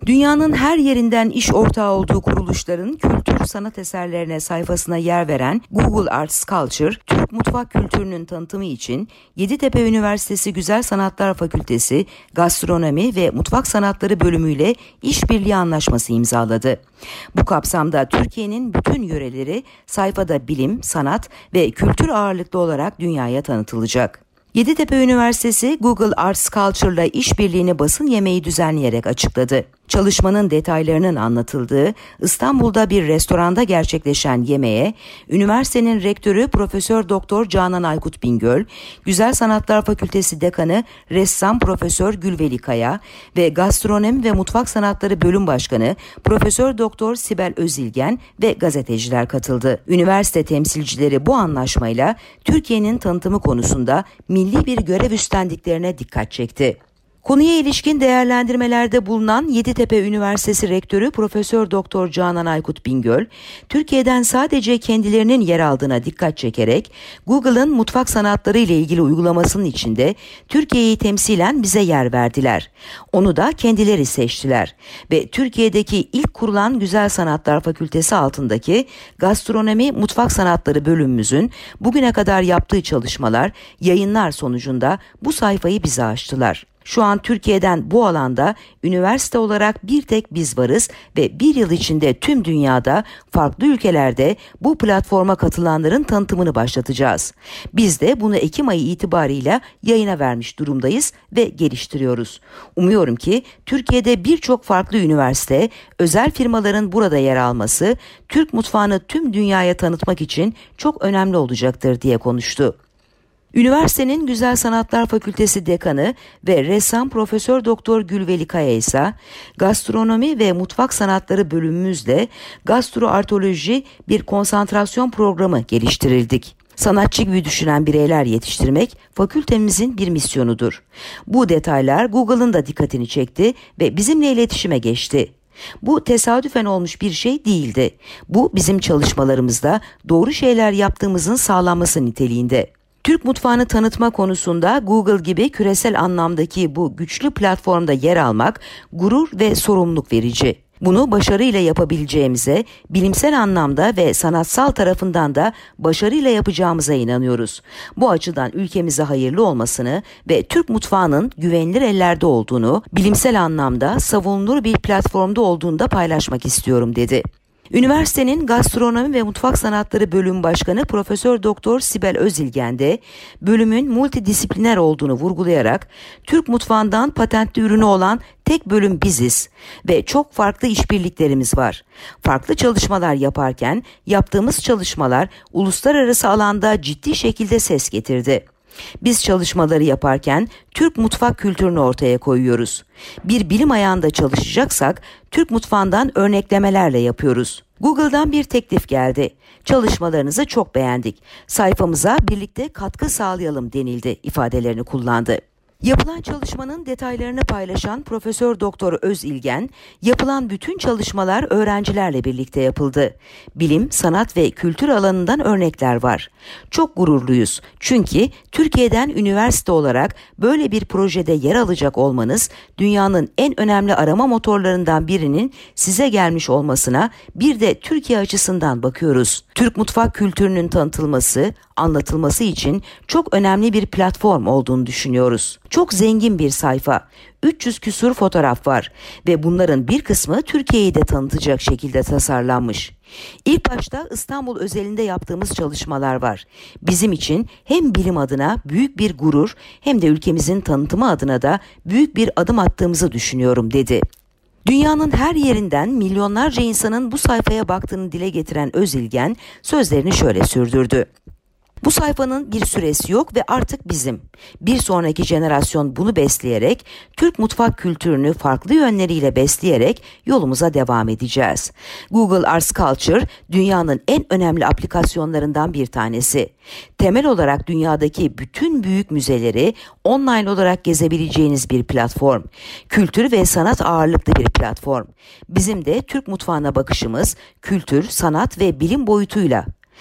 Dünyanın her yerinden iş ortağı olduğu kuruluşların kültür sanat eserlerine sayfasına yer veren Google Arts Culture, Türk mutfak kültürünün tanıtımı için Yeditepe Üniversitesi Güzel Sanatlar Fakültesi Gastronomi ve Mutfak Sanatları bölümüyle işbirliği anlaşması imzaladı. Bu kapsamda Türkiye'nin bütün yöreleri sayfada bilim, sanat ve kültür ağırlıklı olarak dünyaya tanıtılacak. Yeditepe Üniversitesi Google Arts Culture'la işbirliğini basın yemeği düzenleyerek açıkladı. Çalışmanın detaylarının anlatıldığı İstanbul'da bir restoranda gerçekleşen yemeğe üniversitenin rektörü Profesör Doktor Canan Aykut Bingöl, Güzel Sanatlar Fakültesi Dekanı Ressam Profesör Gülveli Kaya ve Gastronomi ve Mutfak Sanatları Bölüm Başkanı Profesör Doktor Sibel Özilgen ve gazeteciler katıldı. Üniversite temsilcileri bu anlaşmayla Türkiye'nin tanıtımı konusunda milli bir görev üstlendiklerine dikkat çekti. Konuya ilişkin değerlendirmelerde bulunan Yeditepe Üniversitesi Rektörü Profesör Doktor Canan Aykut Bingöl, Türkiye'den sadece kendilerinin yer aldığına dikkat çekerek Google'ın mutfak sanatları ile ilgili uygulamasının içinde Türkiye'yi temsilen bize yer verdiler. Onu da kendileri seçtiler ve Türkiye'deki ilk kurulan Güzel Sanatlar Fakültesi altındaki Gastronomi Mutfak Sanatları bölümümüzün bugüne kadar yaptığı çalışmalar, yayınlar sonucunda bu sayfayı bize açtılar. Şu an Türkiye'den bu alanda üniversite olarak bir tek biz varız ve bir yıl içinde tüm dünyada farklı ülkelerde bu platforma katılanların tanıtımını başlatacağız. Biz de bunu Ekim ayı itibarıyla yayına vermiş durumdayız ve geliştiriyoruz. Umuyorum ki Türkiye'de birçok farklı üniversite, özel firmaların burada yer alması Türk mutfağını tüm dünyaya tanıtmak için çok önemli olacaktır diye konuştu. Üniversitenin Güzel Sanatlar Fakültesi Dekanı ve Ressam Profesör Doktor Gülveli Kaya ise Gastronomi ve Mutfak Sanatları bölümümüzde gastroartoloji bir konsantrasyon programı geliştirildik. Sanatçı gibi düşünen bireyler yetiştirmek fakültemizin bir misyonudur. Bu detaylar Google'ın da dikkatini çekti ve bizimle iletişime geçti. Bu tesadüfen olmuş bir şey değildi. Bu bizim çalışmalarımızda doğru şeyler yaptığımızın sağlanması niteliğinde. Türk mutfağını tanıtma konusunda Google gibi küresel anlamdaki bu güçlü platformda yer almak gurur ve sorumluluk verici. Bunu başarıyla yapabileceğimize, bilimsel anlamda ve sanatsal tarafından da başarıyla yapacağımıza inanıyoruz. Bu açıdan ülkemize hayırlı olmasını ve Türk mutfağının güvenilir ellerde olduğunu, bilimsel anlamda savunulur bir platformda olduğunu da paylaşmak istiyorum dedi. Üniversitenin Gastronomi ve Mutfak Sanatları Bölüm Başkanı Profesör Doktor Sibel Özilgen de bölümün multidisipliner olduğunu vurgulayarak Türk mutfağından patentli ürünü olan tek bölüm biziz ve çok farklı işbirliklerimiz var. Farklı çalışmalar yaparken yaptığımız çalışmalar uluslararası alanda ciddi şekilde ses getirdi. Biz çalışmaları yaparken Türk mutfak kültürünü ortaya koyuyoruz. Bir bilim ayağında çalışacaksak Türk mutfağından örneklemelerle yapıyoruz. Google'dan bir teklif geldi. Çalışmalarınızı çok beğendik. Sayfamıza birlikte katkı sağlayalım denildi ifadelerini kullandı. Yapılan çalışmanın detaylarını paylaşan Profesör Doktor Özilgen, yapılan bütün çalışmalar öğrencilerle birlikte yapıldı. Bilim, sanat ve kültür alanından örnekler var. Çok gururluyuz. Çünkü Türkiye'den üniversite olarak böyle bir projede yer alacak olmanız, dünyanın en önemli arama motorlarından birinin size gelmiş olmasına bir de Türkiye açısından bakıyoruz. Türk mutfak kültürünün tanıtılması, anlatılması için çok önemli bir platform olduğunu düşünüyoruz. Çok zengin bir sayfa. 300 küsur fotoğraf var ve bunların bir kısmı Türkiye'yi de tanıtacak şekilde tasarlanmış. İlk başta İstanbul özelinde yaptığımız çalışmalar var. Bizim için hem bilim adına büyük bir gurur hem de ülkemizin tanıtımı adına da büyük bir adım attığımızı düşünüyorum dedi. Dünyanın her yerinden milyonlarca insanın bu sayfaya baktığını dile getiren Özilgen sözlerini şöyle sürdürdü. Bu sayfanın bir süresi yok ve artık bizim. Bir sonraki jenerasyon bunu besleyerek, Türk mutfak kültürünü farklı yönleriyle besleyerek yolumuza devam edeceğiz. Google Arts Culture, dünyanın en önemli aplikasyonlarından bir tanesi. Temel olarak dünyadaki bütün büyük müzeleri online olarak gezebileceğiniz bir platform. Kültür ve sanat ağırlıklı bir platform. Bizim de Türk mutfağına bakışımız kültür, sanat ve bilim boyutuyla.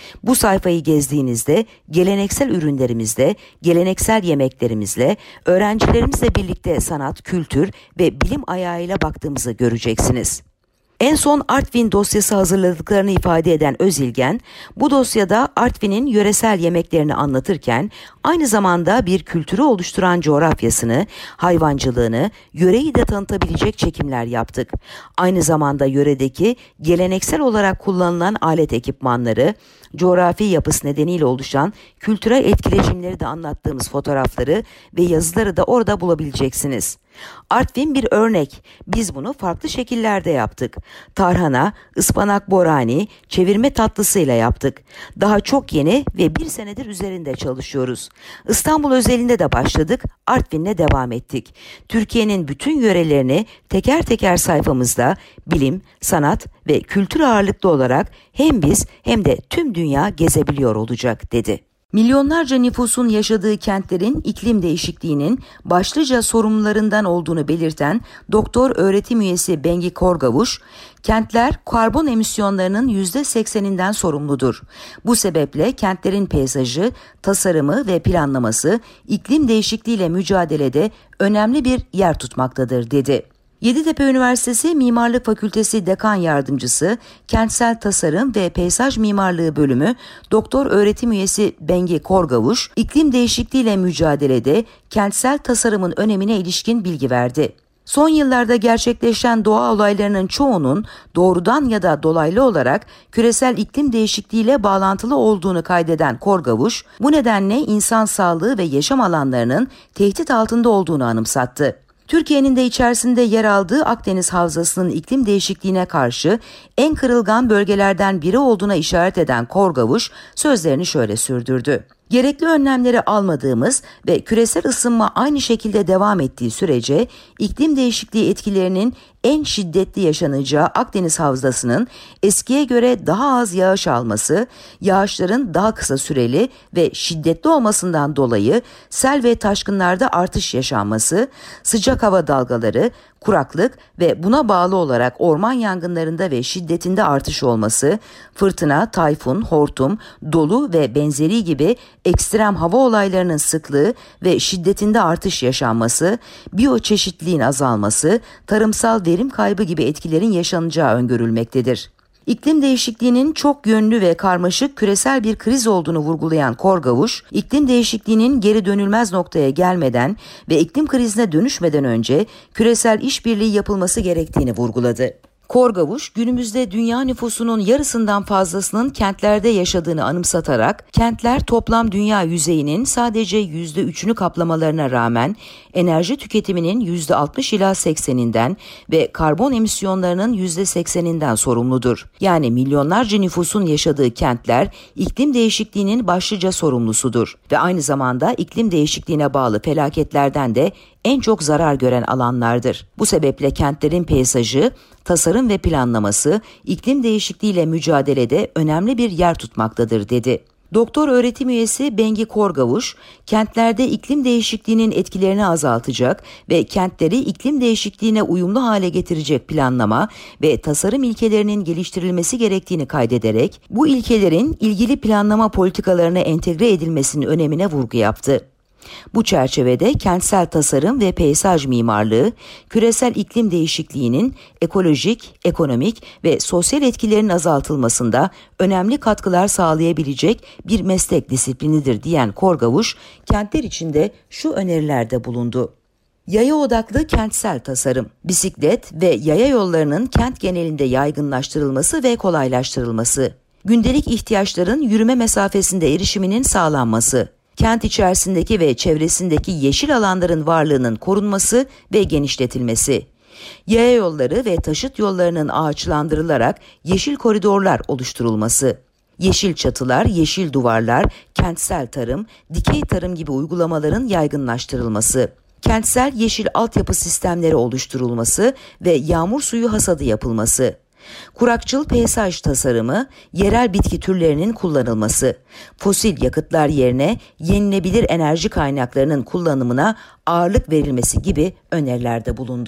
Bu sayfayı gezdiğinizde geleneksel ürünlerimizle, geleneksel yemeklerimizle, öğrencilerimizle birlikte sanat, kültür ve bilim ayağıyla baktığımızı göreceksiniz. En son Artvin dosyası hazırladıklarını ifade eden Özilgen, bu dosyada Artvin'in yöresel yemeklerini anlatırken aynı zamanda bir kültürü oluşturan coğrafyasını, hayvancılığını, yöreyi de tanıtabilecek çekimler yaptık. Aynı zamanda yöredeki geleneksel olarak kullanılan alet ekipmanları, coğrafi yapısı nedeniyle oluşan kültürel etkileşimleri de anlattığımız fotoğrafları ve yazıları da orada bulabileceksiniz. Artvin bir örnek. Biz bunu farklı şekillerde yaptık. Tarhana, ıspanak borani, çevirme tatlısıyla yaptık. Daha çok yeni ve bir senedir üzerinde çalışıyoruz. İstanbul özelinde de başladık, Artvin'le devam ettik. Türkiye'nin bütün yörelerini teker teker sayfamızda bilim, sanat ve kültür ağırlıklı olarak hem biz hem de tüm dünya gezebiliyor olacak dedi. Milyonlarca nüfusun yaşadığı kentlerin iklim değişikliğinin başlıca sorumlularından olduğunu belirten doktor öğretim üyesi Bengi Korgavuş, kentler karbon emisyonlarının %80'inden sorumludur. Bu sebeple kentlerin peyzajı, tasarımı ve planlaması iklim değişikliğiyle mücadelede önemli bir yer tutmaktadır dedi. Yeditepe Üniversitesi Mimarlık Fakültesi Dekan Yardımcısı, Kentsel Tasarım ve Peyzaj Mimarlığı Bölümü Doktor Öğretim Üyesi Bengi Korgavuş, iklim değişikliğiyle mücadelede kentsel tasarımın önemine ilişkin bilgi verdi. Son yıllarda gerçekleşen doğa olaylarının çoğunun doğrudan ya da dolaylı olarak küresel iklim değişikliğiyle bağlantılı olduğunu kaydeden Korgavuş, bu nedenle insan sağlığı ve yaşam alanlarının tehdit altında olduğunu anımsattı. Türkiye'nin de içerisinde yer aldığı Akdeniz Havzası'nın iklim değişikliğine karşı en kırılgan bölgelerden biri olduğuna işaret eden Korgavuş sözlerini şöyle sürdürdü. Gerekli önlemleri almadığımız ve küresel ısınma aynı şekilde devam ettiği sürece iklim değişikliği etkilerinin en şiddetli yaşanacağı Akdeniz Havzası'nın eskiye göre daha az yağış alması, yağışların daha kısa süreli ve şiddetli olmasından dolayı sel ve taşkınlarda artış yaşanması, sıcak hava dalgaları, kuraklık ve buna bağlı olarak orman yangınlarında ve şiddetinde artış olması, fırtına, tayfun, hortum, dolu ve benzeri gibi ekstrem hava olaylarının sıklığı ve şiddetinde artış yaşanması, biyoçeşitliliğin azalması, tarımsal verim kaybı gibi etkilerin yaşanacağı öngörülmektedir. İklim değişikliğinin çok yönlü ve karmaşık küresel bir kriz olduğunu vurgulayan Korgavuş, iklim değişikliğinin geri dönülmez noktaya gelmeden ve iklim krizine dönüşmeden önce küresel işbirliği yapılması gerektiğini vurguladı. Korgavuş, günümüzde dünya nüfusunun yarısından fazlasının kentlerde yaşadığını anımsatarak, kentler toplam dünya yüzeyinin sadece %3'ünü kaplamalarına rağmen enerji tüketiminin %60 ila 80'inden ve karbon emisyonlarının %80'inden sorumludur. Yani milyonlarca nüfusun yaşadığı kentler iklim değişikliğinin başlıca sorumlusudur ve aynı zamanda iklim değişikliğine bağlı felaketlerden de en çok zarar gören alanlardır. Bu sebeple kentlerin peyzajı, tasarım ve planlaması iklim değişikliğiyle mücadelede önemli bir yer tutmaktadır dedi. Doktor öğretim üyesi Bengi Korgavuş, kentlerde iklim değişikliğinin etkilerini azaltacak ve kentleri iklim değişikliğine uyumlu hale getirecek planlama ve tasarım ilkelerinin geliştirilmesi gerektiğini kaydederek, bu ilkelerin ilgili planlama politikalarına entegre edilmesinin önemine vurgu yaptı. Bu çerçevede kentsel tasarım ve peyzaj mimarlığı, küresel iklim değişikliğinin ekolojik, ekonomik ve sosyal etkilerinin azaltılmasında önemli katkılar sağlayabilecek bir meslek disiplinidir diyen Korgavuş, kentler içinde şu önerilerde bulundu. Yaya odaklı kentsel tasarım, bisiklet ve yaya yollarının kent genelinde yaygınlaştırılması ve kolaylaştırılması, gündelik ihtiyaçların yürüme mesafesinde erişiminin sağlanması, kent içerisindeki ve çevresindeki yeşil alanların varlığının korunması ve genişletilmesi, yaya yolları ve taşıt yollarının ağaçlandırılarak yeşil koridorlar oluşturulması, yeşil çatılar, yeşil duvarlar, kentsel tarım, dikey tarım gibi uygulamaların yaygınlaştırılması, kentsel yeşil altyapı sistemleri oluşturulması ve yağmur suyu hasadı yapılması, kurakçıl peyzaj tasarımı, yerel bitki türlerinin kullanılması, fosil yakıtlar yerine yenilebilir enerji kaynaklarının kullanımına ağırlık verilmesi gibi önerilerde bulundu.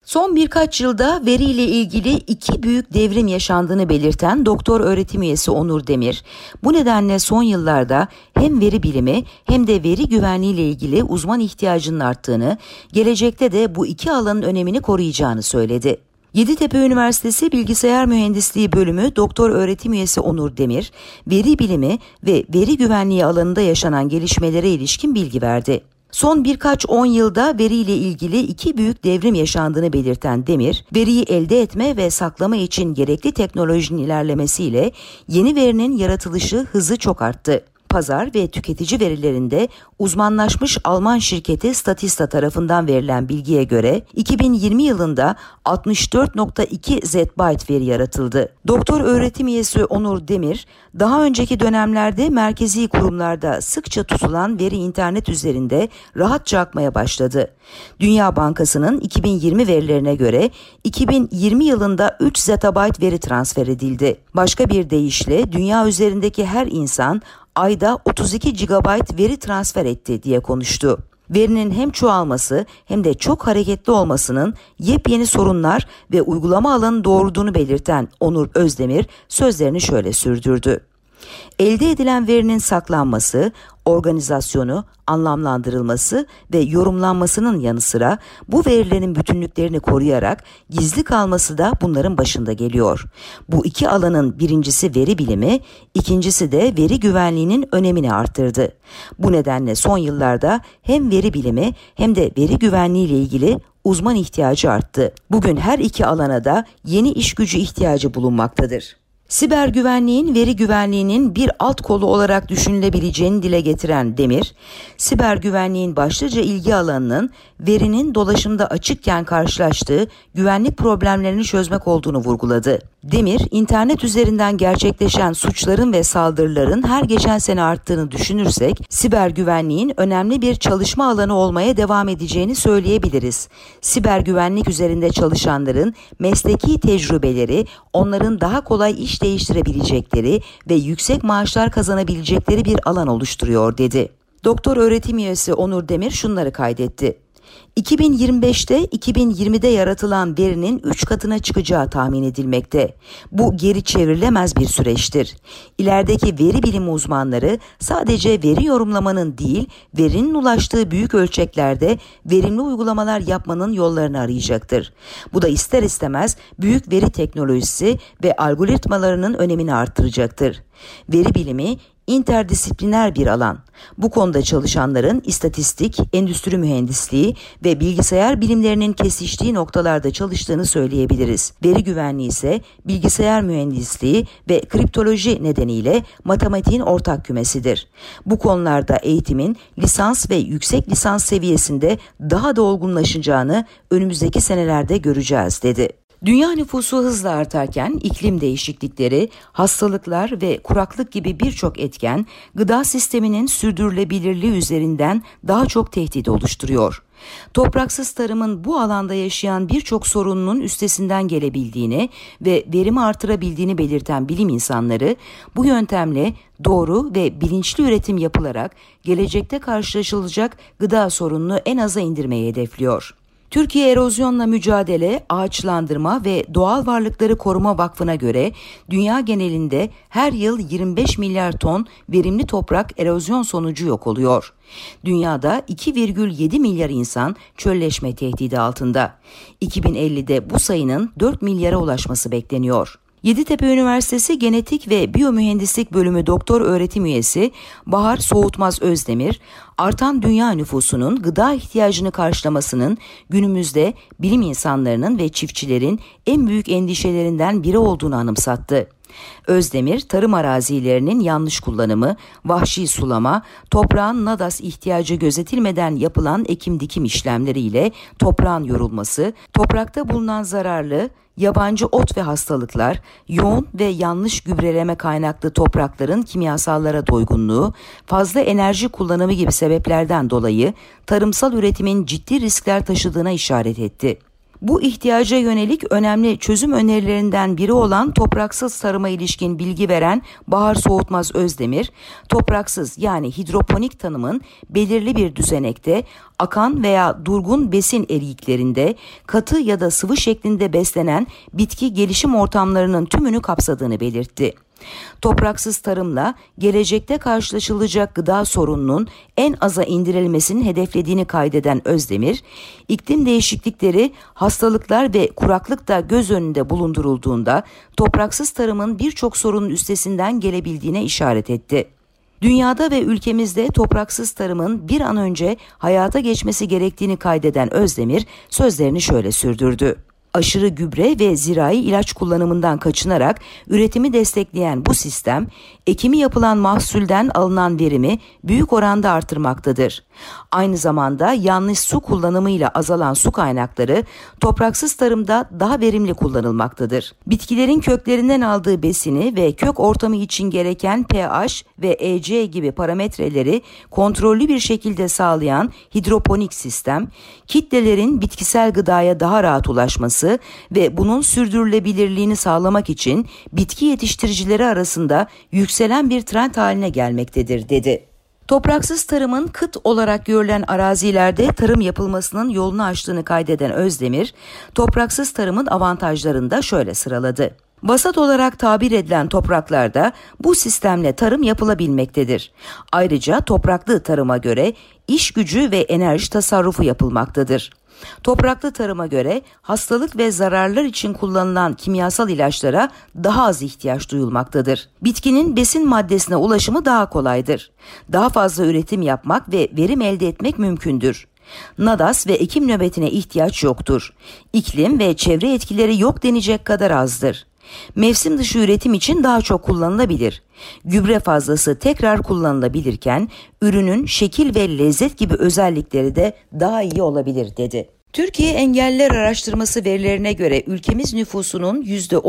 Son birkaç yılda veriyle ilgili iki büyük devrim yaşandığını belirten doktor öğretim üyesi Onur Demir, bu nedenle son yıllarda hem veri bilimi hem de veri güvenliği ile ilgili uzman ihtiyacının arttığını, gelecekte de bu iki alanın önemini koruyacağını söyledi. Yeditepe Üniversitesi Bilgisayar Mühendisliği Bölümü doktor öğretim üyesi Onur Demir, veri bilimi ve veri güvenliği alanında yaşanan gelişmelere ilişkin bilgi verdi. Son birkaç 10 yılda veriyle ilgili iki büyük devrim yaşandığını belirten Demir, veriyi elde etme ve saklama için gerekli teknolojinin ilerlemesiyle yeni verinin yaratılışı hızı çok arttı. Pazar ve tüketici verilerinde uzmanlaşmış Alman şirketi Statista tarafından verilen bilgiye göre 2020 yılında 64.2 zettabyte veri yaratıldı. Doktor öğretim üyesi Onur Demir, daha önceki dönemlerde merkezi kurumlarda sıkça tutulan veri internet üzerinde rahatça akmaya başladı. Dünya Bankası'nın 2020 verilerine göre 2020 yılında 3 zettabyte veri transfer edildi. Başka bir deyişle dünya üzerindeki her insan ayda 32 GB veri transfer etti diye konuştu. Verinin hem çoğalması hem de çok hareketli olmasının yepyeni sorunlar ve uygulama alanı doğurduğunu belirten Onur Özdemir sözlerini şöyle sürdürdü. Elde edilen verinin saklanması, organizasyonu, anlamlandırılması ve yorumlanmasının yanı sıra bu verilerin bütünlüklerini koruyarak gizli kalması da bunların başında geliyor. Bu iki alanın birincisi veri bilimi, ikincisi de veri güvenliğinin önemini arttırdı. Bu nedenle son yıllarda hem veri bilimi hem de veri güvenliği ile ilgili uzman ihtiyacı arttı. Bugün her iki alana da yeni iş gücü ihtiyacı bulunmaktadır. Siber güvenliğin veri güvenliğinin bir alt kolu olarak düşünülebileceğini dile getiren Demir, siber güvenliğin başlıca ilgi alanının verinin dolaşımda açıkken karşılaştığı güvenlik problemlerini çözmek olduğunu vurguladı. Demir, internet üzerinden gerçekleşen suçların ve saldırıların her geçen sene arttığını düşünürsek, siber güvenliğin önemli bir çalışma alanı olmaya devam edeceğini söyleyebiliriz. Siber güvenlik üzerinde çalışanların mesleki tecrübeleri, onların daha kolay iş değiştirebilecekleri ve yüksek maaşlar kazanabilecekleri bir alan oluşturuyor, dedi. Doktor öğretim üyesi Onur Demir şunları kaydetti. 2025'te 2020'de yaratılan verinin 3 katına çıkacağı tahmin edilmekte. Bu geri çevrilemez bir süreçtir. İlerideki veri bilimi uzmanları sadece veri yorumlamanın değil, verinin ulaştığı büyük ölçeklerde verimli uygulamalar yapmanın yollarını arayacaktır. Bu da ister istemez büyük veri teknolojisi ve algoritmalarının önemini artıracaktır. Veri bilimi interdisipliner bir alan. Bu konuda çalışanların istatistik, endüstri mühendisliği ve bilgisayar bilimlerinin kesiştiği noktalarda çalıştığını söyleyebiliriz. Veri güvenliği ise bilgisayar mühendisliği ve kriptoloji nedeniyle matematiğin ortak kümesidir. Bu konularda eğitimin lisans ve yüksek lisans seviyesinde daha da olgunlaşacağını önümüzdeki senelerde göreceğiz, dedi. Dünya nüfusu hızla artarken iklim değişiklikleri, hastalıklar ve kuraklık gibi birçok etken gıda sisteminin sürdürülebilirliği üzerinden daha çok tehdit oluşturuyor. Topraksız tarımın bu alanda yaşayan birçok sorunun üstesinden gelebildiğini ve verimi artırabildiğini belirten bilim insanları, bu yöntemle doğru ve bilinçli üretim yapılarak gelecekte karşılaşılacak gıda sorununu en aza indirmeyi hedefliyor. Türkiye Erozyonla Mücadele, Ağaçlandırma ve Doğal Varlıkları Koruma Vakfı'na göre dünya genelinde her yıl 25 milyar ton verimli toprak erozyon sonucu yok oluyor. Dünyada 2,7 milyar insan çölleşme tehdidi altında. 2050'de bu sayının 4 milyara ulaşması bekleniyor. Yeditepe Üniversitesi Genetik ve Biyomühendislik Bölümü doktor öğretim üyesi Bahar Soğutmaz Özdemir, artan dünya nüfusunun gıda ihtiyacını karşılamasının günümüzde bilim insanlarının ve çiftçilerin en büyük endişelerinden biri olduğunu anımsattı. Özdemir, tarım arazilerinin yanlış kullanımı, vahşi sulama, toprağın nadas ihtiyacı gözetilmeden yapılan ekim dikim işlemleriyle toprağın yorulması, toprakta bulunan zararlı, yabancı ot ve hastalıklar, yoğun ve yanlış gübreleme kaynaklı toprakların kimyasallara doygunluğu, fazla enerji kullanımı gibi sebeplerden dolayı tarımsal üretimin ciddi riskler taşıdığına işaret etti. Bu ihtiyaca yönelik önemli çözüm önerilerinden biri olan topraksız tarıma ilişkin bilgi veren Bahar Soğutmaz Özdemir, topraksız yani hidroponik tanımın belirli bir düzenekte akan veya durgun besin eriyiklerinde katı ya da sıvı şeklinde beslenen bitki gelişim ortamlarının tümünü kapsadığını belirtti. Topraksız tarımla gelecekte karşılaşılacak gıda sorununun en aza indirilmesini hedeflediğini kaydeden Özdemir, iklim değişiklikleri, hastalıklar ve kuraklık da göz önünde bulundurulduğunda topraksız tarımın birçok sorunun üstesinden gelebildiğine işaret etti. Dünyada ve ülkemizde topraksız tarımın bir an önce hayata geçmesi gerektiğini kaydeden Özdemir sözlerini şöyle sürdürdü. Aşırı gübre ve zirai ilaç kullanımından kaçınarak üretimi destekleyen bu sistem, ekimi yapılan mahsulden alınan verimi büyük oranda artırmaktadır. Aynı zamanda yanlış su kullanımıyla azalan su kaynakları topraksız tarımda daha verimli kullanılmaktadır. Bitkilerin köklerinden aldığı besini ve kök ortamı için gereken pH ve EC gibi parametreleri kontrollü bir şekilde sağlayan hidroponik sistem, kitlelerin bitkisel gıdaya daha rahat ulaşması ve bunun sürdürülebilirliğini sağlamak için bitki yetiştiricileri arasında yükselen bir trend haline gelmektedir, dedi. Topraksız tarımın kıt olarak görülen arazilerde tarım yapılmasının yolunu açtığını kaydeden Özdemir, topraksız tarımın avantajlarını da şöyle sıraladı. Vasat olarak tabir edilen topraklarda bu sistemle tarım yapılabilmektedir. Ayrıca topraklı tarıma göre iş gücü ve enerji tasarrufu yapılmaktadır. Topraklı tarıma göre hastalık ve zararlar için kullanılan kimyasal ilaçlara daha az ihtiyaç duyulmaktadır. Bitkinin besin maddesine ulaşımı daha kolaydır. Daha fazla üretim yapmak ve verim elde etmek mümkündür. Nadas ve ekim nöbetine ihtiyaç yoktur. İklim ve çevre etkileri yok denecek kadar azdır. Mevsim dışı üretim için daha çok kullanılabilir. Gübre fazlası tekrar kullanılabilirken ürünün şekil ve lezzet gibi özellikleri de daha iyi olabilir, dedi. Türkiye Engelliler Araştırması verilerine göre ülkemiz nüfusunun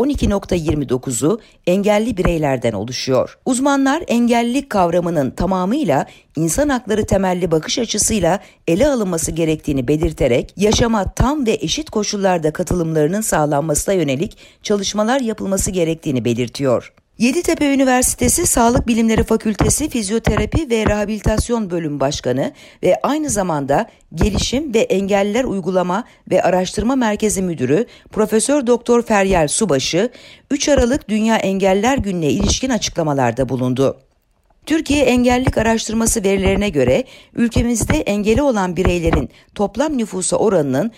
%12.29'u engelli bireylerden oluşuyor. Uzmanlar engellilik kavramının tamamıyla insan hakları temelli bakış açısıyla ele alınması gerektiğini belirterek yaşama tam ve eşit koşullarda katılımlarının sağlanmasına yönelik çalışmalar yapılması gerektiğini belirtiyor. Yeditepe Üniversitesi Sağlık Bilimleri Fakültesi Fizyoterapi ve Rehabilitasyon Bölüm Başkanı ve aynı zamanda Gelişim ve Engelliler Uygulama ve Araştırma Merkezi Müdürü Profesör Doktor Feryal Subaşı, 3 Aralık Dünya Engelliler Günü'ne ilişkin açıklamalarda bulundu. Türkiye Engellilik Araştırması verilerine göre ülkemizde engeli olan bireylerin toplam nüfusa oranının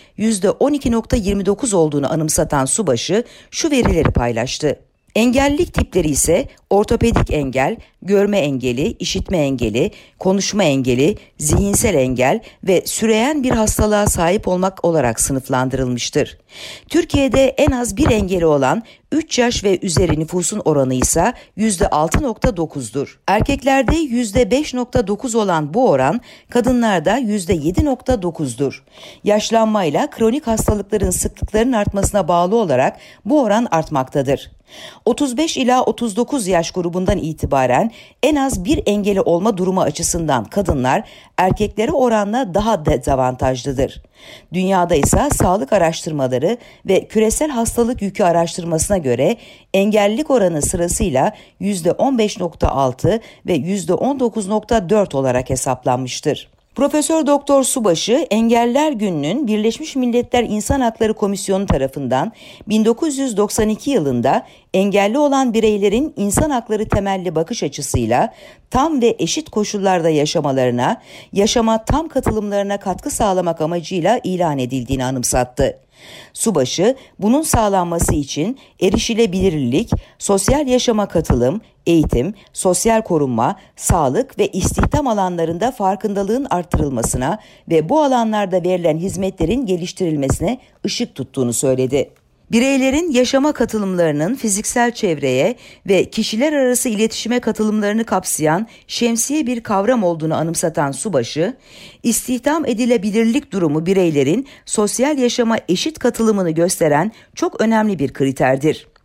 %12.29 olduğunu anımsatan Subaşı şu verileri paylaştı. Engellilik tipleri ise ortopedik engel, görme engeli, işitme engeli, konuşma engeli, zihinsel engel ve süreyen bir hastalığa sahip olmak olarak sınıflandırılmıştır. Türkiye'de en az bir engeli olan 3 yaş ve üzeri nüfusun oranı ise %6.9'dur. Erkeklerde %5.9 olan bu oran kadınlarda %7.9'dur. Yaşlanmayla kronik hastalıkların sıklıklarının artmasına bağlı olarak bu oran artmaktadır. 35 ila 39 yaş grubundan itibaren en az bir engeli olma durumu açısından kadınlar erkeklere oranla daha dezavantajlıdır. Dünyada ise sağlık araştırmaları ve küresel hastalık yükü araştırmasına göre engellilik oranı sırasıyla %15.6 ve %19.4 olarak hesaplanmıştır. Profesör Doktor Subaşı, Engelliler Günü'nün Birleşmiş Milletler İnsan Hakları Komisyonu tarafından 1992 yılında engelli olan bireylerin insan hakları temelli bakış açısıyla tam ve eşit koşullarda yaşamalarına, yaşama tam katılımlarına katkı sağlamak amacıyla ilan edildiğini anımsattı. Subaşı, bunun sağlanması için erişilebilirlik, sosyal yaşama katılım, eğitim, sosyal korunma, sağlık ve istihdam alanlarında farkındalığın artırılmasına ve bu alanlarda verilen hizmetlerin geliştirilmesine ışık tuttuğunu söyledi. Bireylerin yaşama katılımlarının fiziksel çevreye ve kişiler arası iletişime katılımlarını kapsayan şemsiye bir kavram olduğunu anımsatan Subaşı, istihdam edilebilirlik durumu bireylerin sosyal yaşama eşit katılımını gösteren çok önemli bir kriterdir.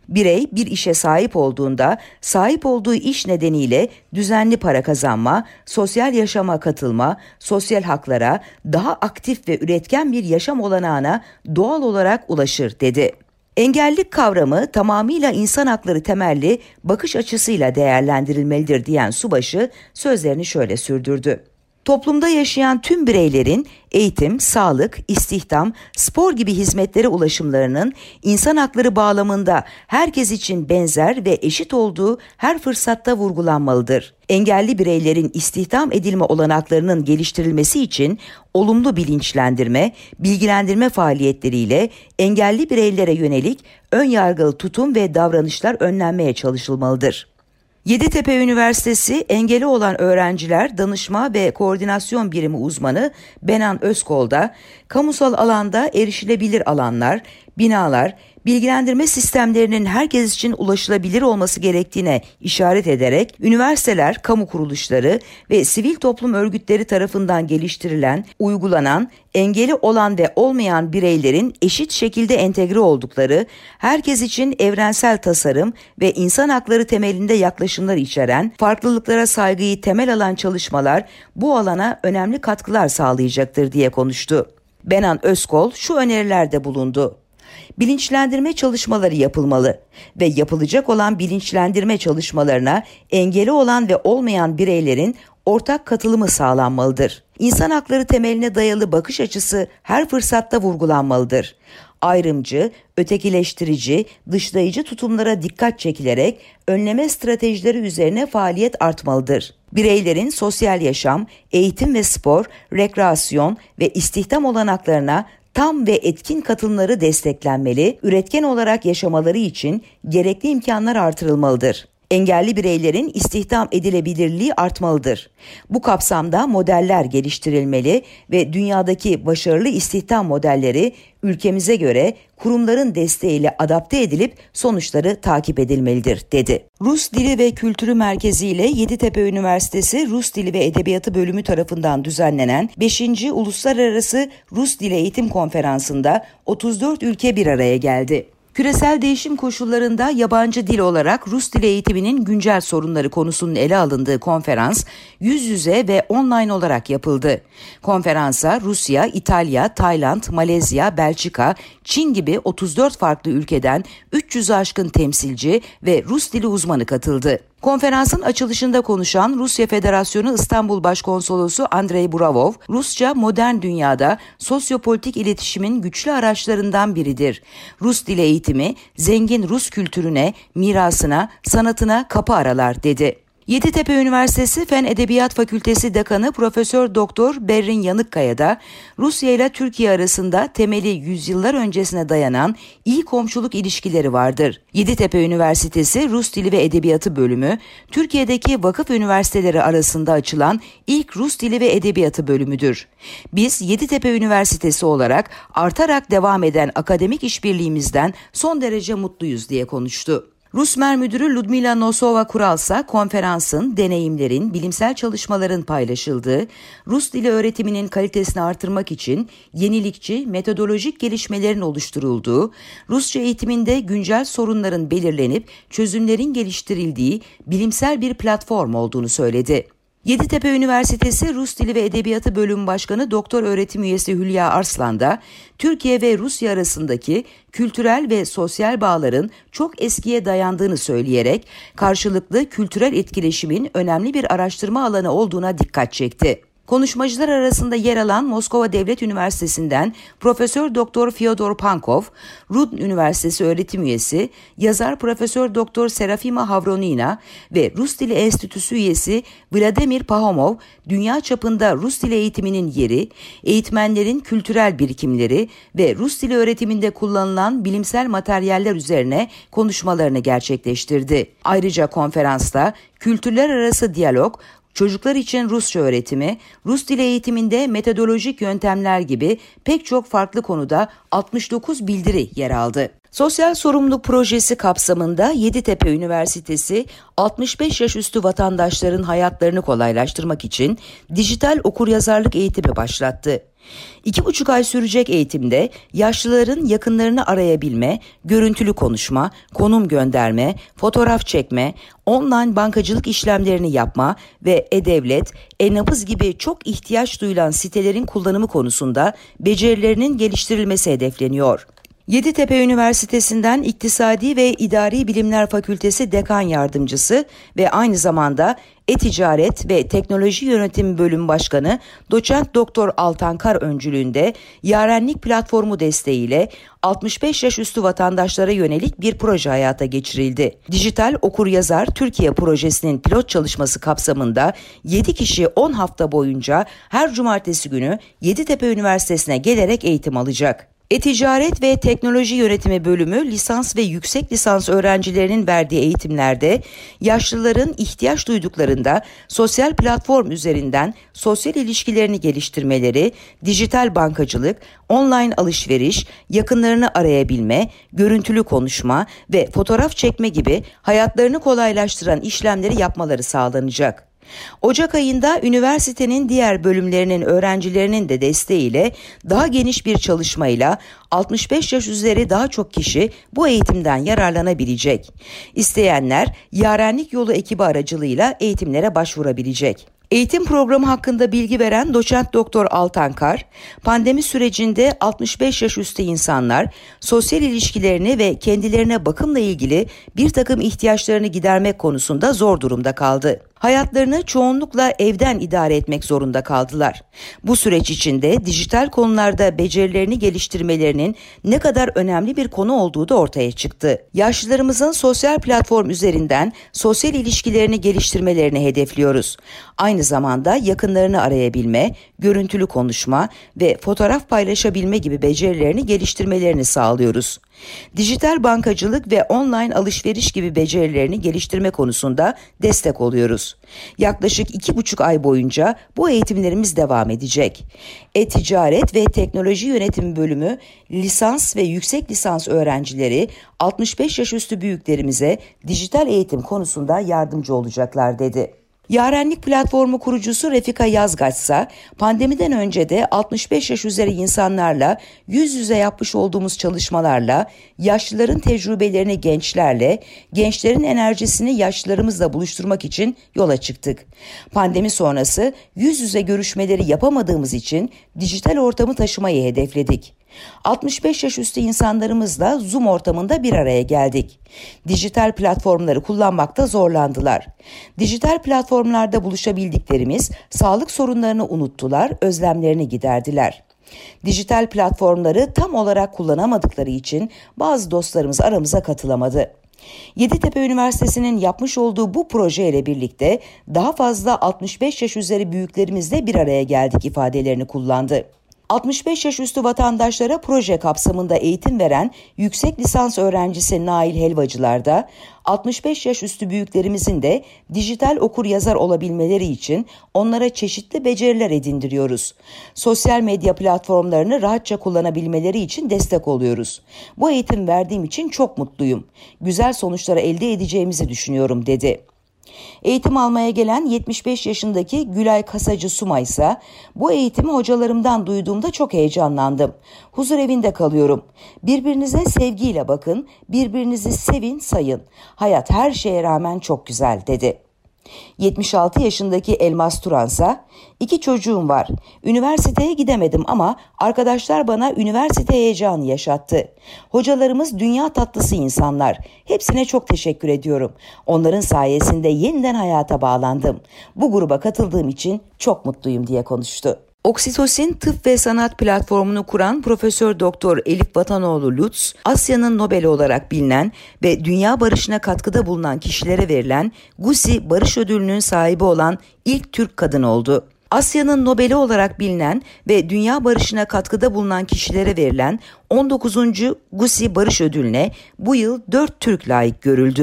Birey bir işe sahip olduğunda sahip olduğu iş nedeniyle düzenli para kazanma, sosyal yaşama katılma, sosyal haklara, daha aktif ve üretken bir yaşam olanağına doğal olarak ulaşır dedi. Engellilik kavramı tamamıyla insan hakları temelli bakış açısıyla değerlendirilmelidir diyen Subaşı sözlerini şöyle sürdürdü. Toplumda yaşayan tüm bireylerin eğitim, sağlık, istihdam, spor gibi hizmetlere ulaşımlarının insan hakları bağlamında herkes için benzer ve eşit olduğu her fırsatta vurgulanmalıdır. Engelli bireylerin istihdam edilme olanaklarının geliştirilmesi için olumlu bilinçlendirme, bilgilendirme faaliyetleriyle engelli bireylere yönelik önyargılı tutum ve davranışlar önlenmeye çalışılmalıdır. Yeditepe Üniversitesi Engeli olan Öğrenciler Danışma ve Koordinasyon Birimi uzmanı Benan Özkol da kamusal alanda erişilebilir alanlar, binalar, bilgilendirme sistemlerinin herkes için ulaşılabilir olması gerektiğine işaret ederek üniversiteler, kamu kuruluşları ve sivil toplum örgütleri tarafından geliştirilen, uygulanan, engeli olan ve olmayan bireylerin eşit şekilde entegre oldukları, herkes için evrensel tasarım ve insan hakları temelinde yaklaşımlar içeren, farklılıklara saygıyı temel alan çalışmalar bu alana önemli katkılar sağlayacaktır diye konuştu. Benan Özkol şu önerilerde bulundu. Bilinçlendirme çalışmaları yapılmalı ve yapılacak olan bilinçlendirme çalışmalarına engeli olan ve olmayan bireylerin ortak katılımı sağlanmalıdır. İnsan hakları temeline dayalı bakış açısı her fırsatta vurgulanmalıdır. Ayrımcı, ötekileştirici, dışlayıcı tutumlara dikkat çekilerek önleme stratejileri üzerine faaliyet artmalıdır. Bireylerin sosyal yaşam, eğitim ve spor, rekreasyon ve istihdam olanaklarına tam ve etkin katılımları desteklenmeli, üretken olarak yaşamaları için gerekli imkanlar artırılmalıdır. Engelli bireylerin istihdam edilebilirliği artmalıdır. Bu kapsamda modeller geliştirilmeli ve dünyadaki başarılı istihdam modelleri ülkemize göre kurumların desteğiyle adapte edilip sonuçları takip edilmelidir, dedi. Rus Dili ve Kültürü Merkezi ile Yeditepe Üniversitesi Rus Dili ve Edebiyatı Bölümü tarafından düzenlenen 5. Uluslararası Rus Dili Eğitim Konferansı'nda 34 ülke bir araya geldi. Küresel değişim koşullarında yabancı dil olarak Rus dili eğitiminin güncel sorunları konusunun ele alındığı konferans yüz yüze ve online olarak yapıldı. Konferansa Rusya, İtalya, Tayland, Malezya, Belçika, Çin gibi 34 farklı ülkeden 300'ü aşkın temsilci ve Rus dili uzmanı katıldı. Konferansın açılışında konuşan Rusya Federasyonu İstanbul Başkonsolosu Andrei Buravov, Rusça modern dünyada sosyopolitik iletişimin güçlü araçlarından biridir. Rus dili eğitimi zengin Rus kültürüne, mirasına, sanatına kapı aralar, dedi. Yeditepe Üniversitesi Fen Edebiyat Fakültesi Dekanı Profesör Doktor Berrin Yanıkkaya da Rusya ile Türkiye arasında temeli yüzyıllar öncesine dayanan iyi komşuluk ilişkileri vardır. Yeditepe Üniversitesi Rus Dili ve Edebiyatı Bölümü, Türkiye'deki vakıf üniversiteleri arasında açılan ilk Rus Dili ve Edebiyatı bölümüdür. Biz Yeditepe Üniversitesi olarak artarak devam eden akademik işbirliğimizden son derece mutluyuz diye konuştu. Rusmer Müdürü Ludmila Nosova-Kural ise konferansın, deneyimlerin, bilimsel çalışmaların paylaşıldığı, Rus dili öğretiminin kalitesini artırmak için yenilikçi, metodolojik gelişmelerin oluşturulduğu, Rusça eğitiminde güncel sorunların belirlenip çözümlerin geliştirildiği bilimsel bir platform olduğunu söyledi. Yeditepe Üniversitesi Rus Dili ve Edebiyatı Bölüm Başkanı Doktor Öğretim Üyesi Hülya Arslan da Türkiye ve Rusya arasındaki kültürel ve sosyal bağların çok eskiye dayandığını söyleyerek karşılıklı kültürel etkileşimin önemli bir araştırma alanı olduğuna dikkat çekti. Konuşmacılar arasında yer alan Moskova Devlet Üniversitesi'nden Profesör Doktor Fyodor Pankov, Rudn Üniversitesi öğretim üyesi, yazar Profesör Doktor Serafima Havronina ve Rus Dili Enstitüsü üyesi Vladimir Pahomov, dünya çapında Rus dili eğitiminin yeri, eğitmenlerin kültürel birikimleri ve Rus dili öğretiminde kullanılan bilimsel materyaller üzerine konuşmalarını gerçekleştirdi. Ayrıca konferansta kültürler arası diyalog, çocuklar için Rusça öğretimi, Rus dili eğitiminde metodolojik yöntemler gibi pek çok farklı konuda 69 bildiri yer aldı. Sosyal sorumluluk projesi kapsamında Yeditepe Üniversitesi 65 yaş üstü vatandaşların hayatlarını kolaylaştırmak için dijital okuryazarlık eğitimi başlattı. 2,5 ay sürecek eğitimde yaşlıların yakınlarını arayabilme, görüntülü konuşma, konum gönderme, fotoğraf çekme, online bankacılık işlemlerini yapma ve E-Devlet, E-Nabız gibi çok ihtiyaç duyulan sitelerin kullanımı konusunda becerilerinin geliştirilmesi hedefleniyor. Yeditepe Üniversitesi'nden İktisadi ve İdari Bilimler Fakültesi Dekan Yardımcısı ve aynı zamanda E-Ticaret ve Teknoloji Yönetimi Bölüm Başkanı Doçent Doktor Altan Kar öncülüğünde Yarenlik Platformu desteğiyle 65 yaş üstü vatandaşlara yönelik bir proje hayata geçirildi. Dijital Okuryazar Türkiye projesinin pilot çalışması kapsamında 7 kişi 10 hafta boyunca her cumartesi günü Yeditepe Üniversitesi'ne gelerek eğitim alacak. E-Ticaret ve Teknoloji Yönetimi Bölümü lisans ve yüksek lisans öğrencilerinin verdiği eğitimlerde yaşlıların ihtiyaç duyduklarında sosyal platform üzerinden sosyal ilişkilerini geliştirmeleri, dijital bankacılık, online alışveriş, yakınlarını arayabilme, görüntülü konuşma ve fotoğraf çekme gibi hayatlarını kolaylaştıran işlemleri yapmaları sağlanacak. Ocak ayında üniversitenin diğer bölümlerinin öğrencilerinin de desteğiyle daha geniş bir çalışmayla 65 yaş üzeri daha çok kişi bu eğitimden yararlanabilecek. İsteyenler Yarenlik Yolu ekibi aracılığıyla eğitimlere başvurabilecek. Eğitim programı hakkında bilgi veren Doçent Doktor Altan Kar, pandemi sürecinde 65 yaş üstü insanlar sosyal ilişkilerini ve kendilerine bakımla ilgili bir takım ihtiyaçlarını gidermek konusunda zor durumda kaldı. Hayatlarını çoğunlukla evden idare etmek zorunda kaldılar. Bu süreç içinde dijital konularda becerilerini geliştirmelerinin ne kadar önemli bir konu olduğu da ortaya çıktı. Yaşlılarımızın sosyal platform üzerinden sosyal ilişkilerini geliştirmelerini hedefliyoruz. Aynı zamanda yakınlarını arayabilme, görüntülü konuşma ve fotoğraf paylaşabilme gibi becerilerini geliştirmelerini sağlıyoruz. Dijital bankacılık ve online alışveriş gibi becerilerini geliştirme konusunda destek oluyoruz. Yaklaşık 2,5 ay boyunca bu eğitimlerimiz devam edecek. E-Ticaret ve Teknoloji Yönetimi Bölümü lisans ve yüksek lisans öğrencileri 65 yaş üstü büyüklerimize dijital eğitim konusunda yardımcı olacaklar dedi. Yarenlik Platformu kurucusu Refika Yazgaç ise pandemiden önce de 65 yaş üzeri insanlarla yüz yüze yapmış olduğumuz çalışmalarla yaşlıların tecrübelerini gençlerle, gençlerin enerjisini yaşlılarımızla buluşturmak için yola çıktık. Pandemi sonrası yüz yüze görüşmeleri yapamadığımız için dijital ortamı taşımayı hedefledik. 65 yaş üstü insanlarımızla Zoom ortamında bir araya geldik. Dijital platformları kullanmakta zorlandılar. Dijital platformlarda buluşabildiklerimiz sağlık sorunlarını unuttular, özlemlerini giderdiler. Dijital platformları tam olarak kullanamadıkları için bazı dostlarımız aramıza katılamadı. Yeditepe Üniversitesi'nin yapmış olduğu bu proje ile birlikte daha fazla 65 yaş üzeri büyüklerimizle bir araya geldik ifadelerini kullandı. 65 yaş üstü vatandaşlara proje kapsamında eğitim veren yüksek lisans öğrencisi Nail Helvacılar da 65 yaş üstü büyüklerimizin de dijital okuryazar olabilmeleri için onlara çeşitli beceriler edindiriyoruz. Sosyal medya platformlarını rahatça kullanabilmeleri için destek oluyoruz. Bu eğitim verdiğim için çok mutluyum. Güzel sonuçları elde edeceğimizi düşünüyorum dedi. Eğitim almaya gelen 75 yaşındaki Gülay Kasacı Suma ise bu eğitimi hocalarımdan duyduğumda çok heyecanlandım. Huzur evinde kalıyorum. Birbirinize sevgiyle bakın, birbirinizi sevin, sayın. Hayat her şeye rağmen çok güzel dedi. 76 yaşındaki Elmas Turansa, 2 çocuğum var. Üniversiteye gidemedim ama arkadaşlar bana üniversite heyecanı yaşattı. Hocalarımız dünya tatlısı insanlar. Hepsine çok teşekkür ediyorum. Onların sayesinde yeniden hayata bağlandım. Bu gruba katıldığım için çok mutluyum diye konuştu. Oksitosin Tıp ve Sanat platformunu kuran Profesör Doktor Elif Vatanoğlu Lutz, Asya'nın Nobel'i olarak bilinen ve dünya barışına katkıda bulunan kişilere verilen Gusi Barış Ödülü'nün sahibi olan ilk Türk kadın oldu. Asya'nın Nobel'i olarak bilinen ve dünya barışına katkıda bulunan kişilere verilen 19. Gusi Barış Ödülü'ne bu yıl 4 Türk layık görüldü.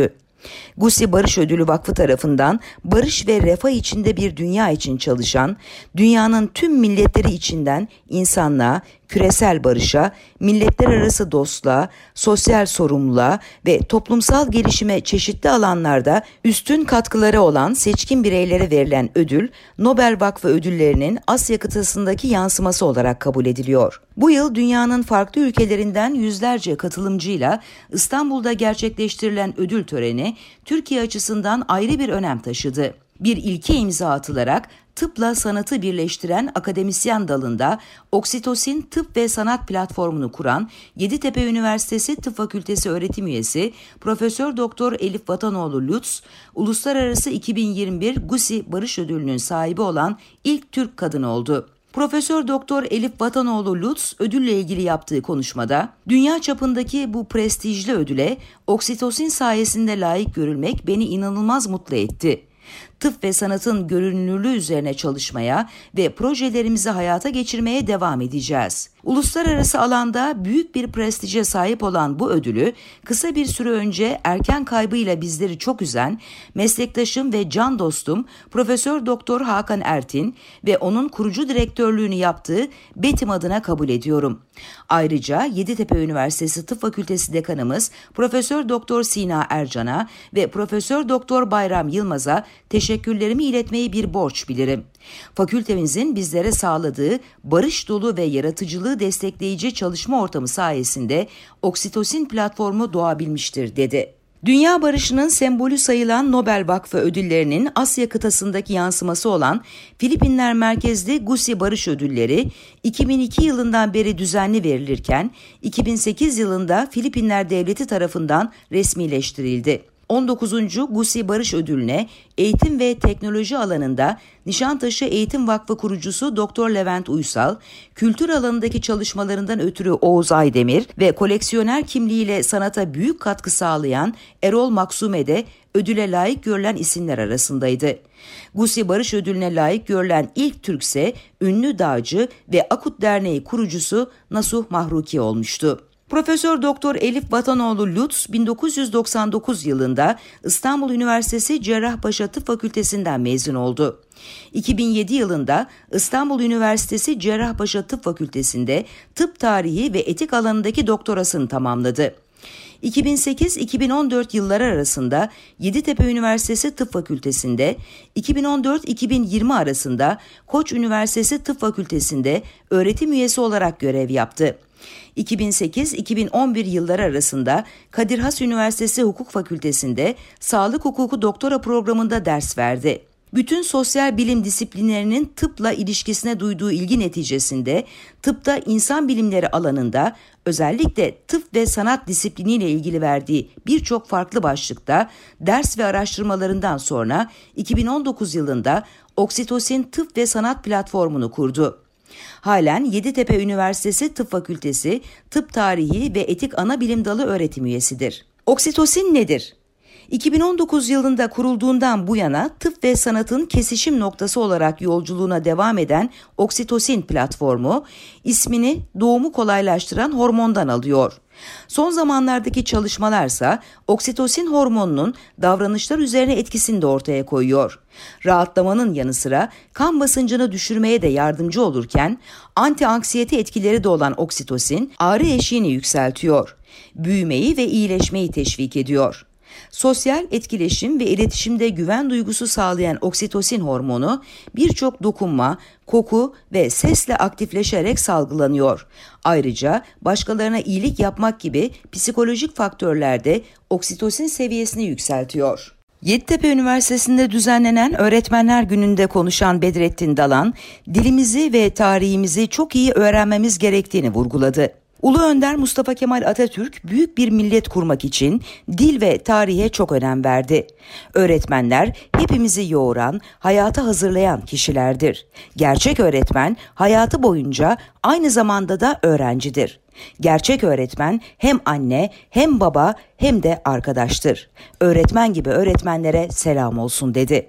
Gusi Barış Ödülü Vakfı tarafından barış ve refah içinde bir dünya için çalışan, dünyanın tüm milletleri içinden insanlığa, küresel barışa, milletler arası dostluğa, sosyal sorumluluğa ve toplumsal gelişime çeşitli alanlarda üstün katkıları olan seçkin bireylere verilen ödül, Nobel Vakfı ödüllerinin Asya kıtasındaki yansıması olarak kabul ediliyor. Bu yıl dünyanın farklı ülkelerinden yüzlerce katılımcıyla İstanbul'da gerçekleştirilen ödül töreni, Türkiye açısından ayrı bir önem taşıdı. Bir ilke imza atılarak tıpla sanatı birleştiren akademisyen dalında Oksitosin Tıp ve Sanat platformunu kuran Yeditepe Üniversitesi Tıp Fakültesi öğretim üyesi Profesör Doktor Elif Vatanoğlu Lutz, Uluslararası 2021 Gusi Barış Ödülü'nün sahibi olan ilk Türk kadın oldu. Profesör Doktor Elif Vatanoğlu Lutz ödülle ilgili yaptığı konuşmada, dünya çapındaki bu prestijli ödüle oksitosin sayesinde layık görülmek beni inanılmaz mutlu etti. Tıp ve sanatın görünürlüğü üzerine çalışmaya ve projelerimizi hayata geçirmeye devam edeceğiz. Uluslararası alanda büyük bir prestije sahip olan bu ödülü kısa bir süre önce erken kaybıyla bizleri çok üzen meslektaşım ve can dostum Profesör Doktor Hakan Ertin ve onun kurucu direktörlüğünü yaptığı BETİM adına kabul ediyorum. Ayrıca Yeditepe Üniversitesi Tıp Fakültesi Dekanımız Profesör Doktor Sina Ercan'a ve Profesör Doktor Bayram Yılmaz'a teşekkürlerimi iletmeyi bir borç bilirim. Fakültemizin bizlere sağladığı barış dolu ve yaratıcılığı destekleyici çalışma ortamı sayesinde Oksitosin platformu doğabilmiştir, dedi. Dünya barışının sembolü sayılan Nobel Vakfı ödüllerinin Asya kıtasındaki yansıması olan Filipinler merkezli Gusi Barış Ödülleri 2002 yılından beri düzenli verilirken 2008 yılında Filipinler Devleti tarafından resmileştirildi. 19. Gusi Barış Ödülü'ne eğitim ve teknoloji alanında Nişantaşı Eğitim Vakfı kurucusu Dr. Levent Uysal, kültür alanındaki çalışmalarından ötürü Oğuz Aydemir ve koleksiyoner kimliğiyle sanata büyük katkı sağlayan Erol Maksume de ödüle layık görülen isimler arasındaydı. Gusi Barış Ödülü'ne layık görülen ilk Türk ise ünlü dağcı ve Akut Derneği kurucusu Nasuh Mahruki olmuştu. Profesör Doktor Elif Vatanoğlu Lutz 1999 yılında İstanbul Üniversitesi Cerrahpaşa Tıp Fakültesinden mezun oldu. 2007 yılında İstanbul Üniversitesi Cerrahpaşa Tıp Fakültesi'nde tıp tarihi ve etik alanındaki doktorasını tamamladı. 2008-2014 yılları arasında Yeditepe Üniversitesi Tıp Fakültesi'nde, 2014-2020 arasında Koç Üniversitesi Tıp Fakültesi'nde öğretim üyesi olarak görev yaptı. 2008-2011 yılları arasında Kadir Has Üniversitesi Hukuk Fakültesi'nde sağlık hukuku doktora programında ders verdi. Bütün sosyal bilim disiplinlerinin tıpla ilişkisine duyduğu ilgi neticesinde tıpta insan bilimleri alanında özellikle tıp ve sanat disipliniyle ilgili verdiği birçok farklı başlıkta ders ve araştırmalarından sonra 2019 yılında Oksitosin Tıp ve Sanat platformunu kurdu. Halen Yeditepe Üniversitesi Tıp Fakültesi Tıp Tarihi ve Etik Anabilim Dalı öğretim üyesidir. Oksitosin nedir? 2019 yılında kurulduğundan bu yana tıp ve sanatın kesişim noktası olarak yolculuğuna devam eden Oksitosin platformu, ismini doğumu kolaylaştıran hormondan alıyor. Son zamanlardaki çalışmalarsa oksitosin hormonunun davranışlar üzerine etkisini de ortaya koyuyor. Rahatlamanın yanı sıra kan basıncını düşürmeye de yardımcı olurken anti-anksiyete etkileri de olan oksitosin ağrı eşiğini yükseltiyor. Büyümeyi ve iyileşmeyi teşvik ediyor. Sosyal etkileşim ve iletişimde güven duygusu sağlayan oksitosin hormonu birçok dokunma, koku ve sesle aktifleşerek salgılanıyor. Ayrıca başkalarına iyilik yapmak gibi psikolojik faktörlerde oksitosin seviyesini yükseltiyor. Yeditepe Üniversitesi'nde düzenlenen Öğretmenler Günü'nde konuşan Bedrettin Dalan, dilimizi ve tarihimizi çok iyi öğrenmemiz gerektiğini vurguladı. Ulu Önder Mustafa Kemal Atatürk büyük bir millet kurmak için dil ve tarihe çok önem verdi. Öğretmenler hepimizi yoğuran, hayata hazırlayan kişilerdir. Gerçek öğretmen hayatı boyunca aynı zamanda da öğrencidir. Gerçek öğretmen hem anne, hem baba, hem de arkadaştır. Öğretmen gibi öğretmenlere selam olsun, dedi.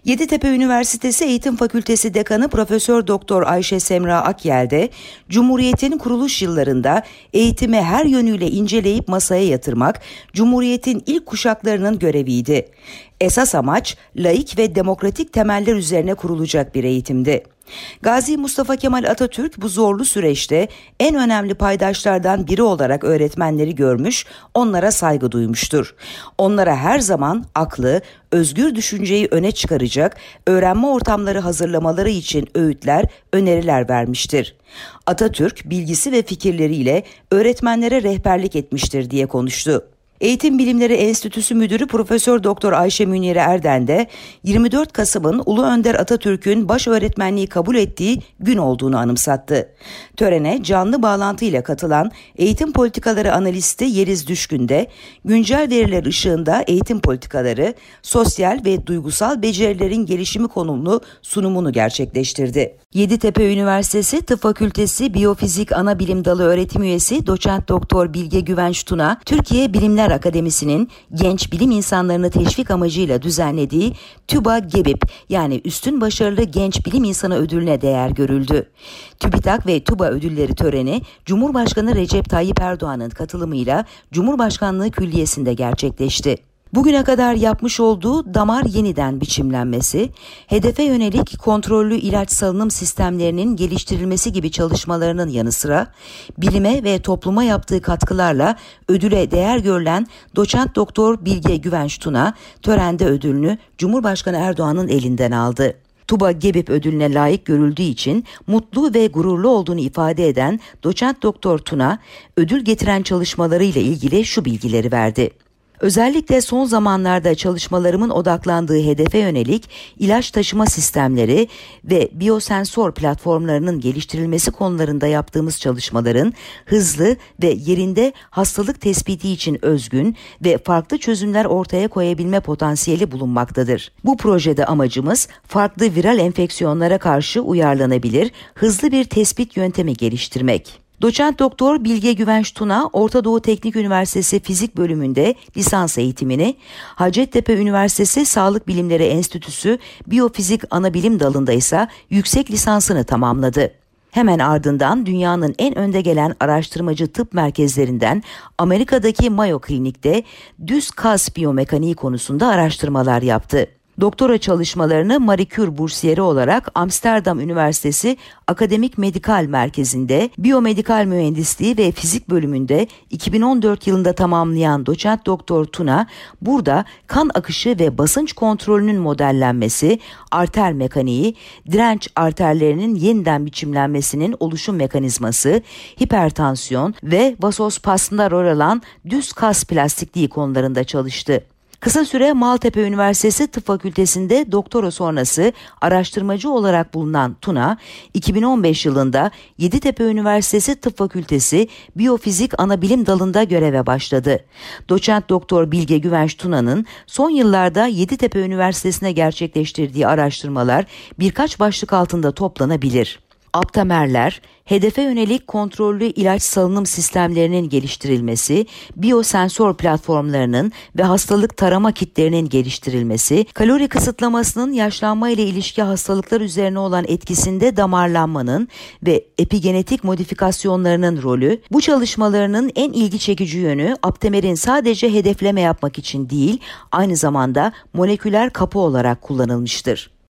Yeditepe Üniversitesi Eğitim Fakültesi Dekanı Profesör Doktor Ayşe Semra Akyel de Cumhuriyet'in kuruluş yıllarında eğitimi her yönüyle inceleyip masaya yatırmak Cumhuriyet'in ilk kuşaklarının göreviydi. Esas amaç laik ve demokratik temeller üzerine kurulacak bir eğitimdi. Gazi Mustafa Kemal Atatürk bu zorlu süreçte en önemli paydaşlardan biri olarak öğretmenleri görmüş, onlara saygı duymuştur. Onlara her zaman aklı, özgür düşünceyi öne çıkaracak, öğrenme ortamları hazırlamaları için öğütler, öneriler vermiştir. Atatürk bilgisi ve fikirleriyle öğretmenlere rehberlik etmiştir diye konuştu. Eğitim Bilimleri Enstitüsü Müdürü Profesör Doktor Ayşe Münire Erden de 24 Kasım'ın Ulu Önder Atatürk'ün baş öğretmenliği kabul ettiği gün olduğunu anımsattı. Törene canlı bağlantıyla katılan eğitim politikaları analisti Yeliz Düşkün de güncel veriler ışığında eğitim politikaları, sosyal ve duygusal becerilerin gelişimi konumlu sunumunu gerçekleştirdi. Yeditepe Üniversitesi Tıp Fakültesi Biyofizik Anabilim Dalı öğretim üyesi Doçent Doktor Bilge Güvenç Tuna, Türkiye Bilimler Akademisi'nin genç bilim insanlarını teşvik amacıyla düzenlediği TÜBA-GEBİP yani Üstün Başarılı Genç Bilim İnsanı ödülüne değer görüldü. TÜBİTAK ve TÜBA ödülleri töreni Cumhurbaşkanı Recep Tayyip Erdoğan'ın katılımıyla Cumhurbaşkanlığı Külliyesi'nde gerçekleşti. Bugüne kadar yapmış olduğu damar yeniden biçimlenmesi, hedefe yönelik kontrollü ilaç salınım sistemlerinin geliştirilmesi gibi çalışmalarının yanı sıra bilime ve topluma yaptığı katkılarla ödüle değer görülen Doçent Doktor Bilge Güvenç Tuna törende ödülünü Cumhurbaşkanı Erdoğan'ın elinden aldı. TÜBA-GEBİP ödülüne layık görüldüğü için mutlu ve gururlu olduğunu ifade eden Doçent Doktor Tuna, ödül getiren çalışmalarıyla ilgili şu bilgileri verdi. Özellikle son zamanlarda çalışmalarımın odaklandığı hedefe yönelik ilaç taşıma sistemleri ve biyosensör platformlarının geliştirilmesi konularında yaptığımız çalışmaların hızlı ve yerinde hastalık tespiti için özgün ve farklı çözümler ortaya koyabilme potansiyeli bulunmaktadır. Bu projede amacımız farklı viral enfeksiyonlara karşı uyarlanabilir, hızlı bir tespit yöntemi geliştirmek. Doçent Doktor Bilge Güvenç Tuna, Orta Doğu Teknik Üniversitesi Fizik Bölümünde lisans eğitimini, Hacettepe Üniversitesi Sağlık Bilimleri Enstitüsü Biyofizik Anabilim Dalı'nda ise yüksek lisansını tamamladı. Hemen ardından dünyanın en önde gelen araştırmacı tıp merkezlerinden Amerika'daki Mayo Klinik'te düz kas biyomekaniği konusunda araştırmalar yaptı. Doktora çalışmalarını Marie Curie bursiyeri olarak Amsterdam Üniversitesi Akademik Medikal Merkezi'nde Biyomedikal Mühendisliği ve Fizik bölümünde 2014 yılında tamamlayan Doçent Doktor Tuna, burada kan akışı ve basınç kontrolünün modellenmesi, arter mekaniği, direnç arterlerinin yeniden biçimlenmesinin oluşum mekanizması, hipertansiyon ve vazospasmda rol alan düz kas plastikliği konularında çalıştı. Kısa süre Maltepe Üniversitesi Tıp Fakültesi'nde doktora sonrası araştırmacı olarak bulunan Tuna, 2015 yılında Yeditepe Üniversitesi Tıp Fakültesi Biyofizik Anabilim Dalı'nda göreve başladı. Doçent Doktor Bilge Güvenç Tuna'nın son yıllarda Yeditepe Üniversitesi'ne gerçekleştirdiği araştırmalar birkaç başlık altında toplanabilir. Aptamerler, hedefe yönelik kontrollü ilaç salınım sistemlerinin geliştirilmesi, biyosensör platformlarının ve hastalık tarama kitlerinin geliştirilmesi, kalori kısıtlamasının yaşlanma ile ilişki hastalıklar üzerine olan etkisinde damarlanmanın ve epigenetik modifikasyonlarının rolü, bu çalışmalarının en ilgi çekici yönü aptamerin sadece hedefleme yapmak için değil, aynı zamanda moleküler kapı olarak kullanılmıştır.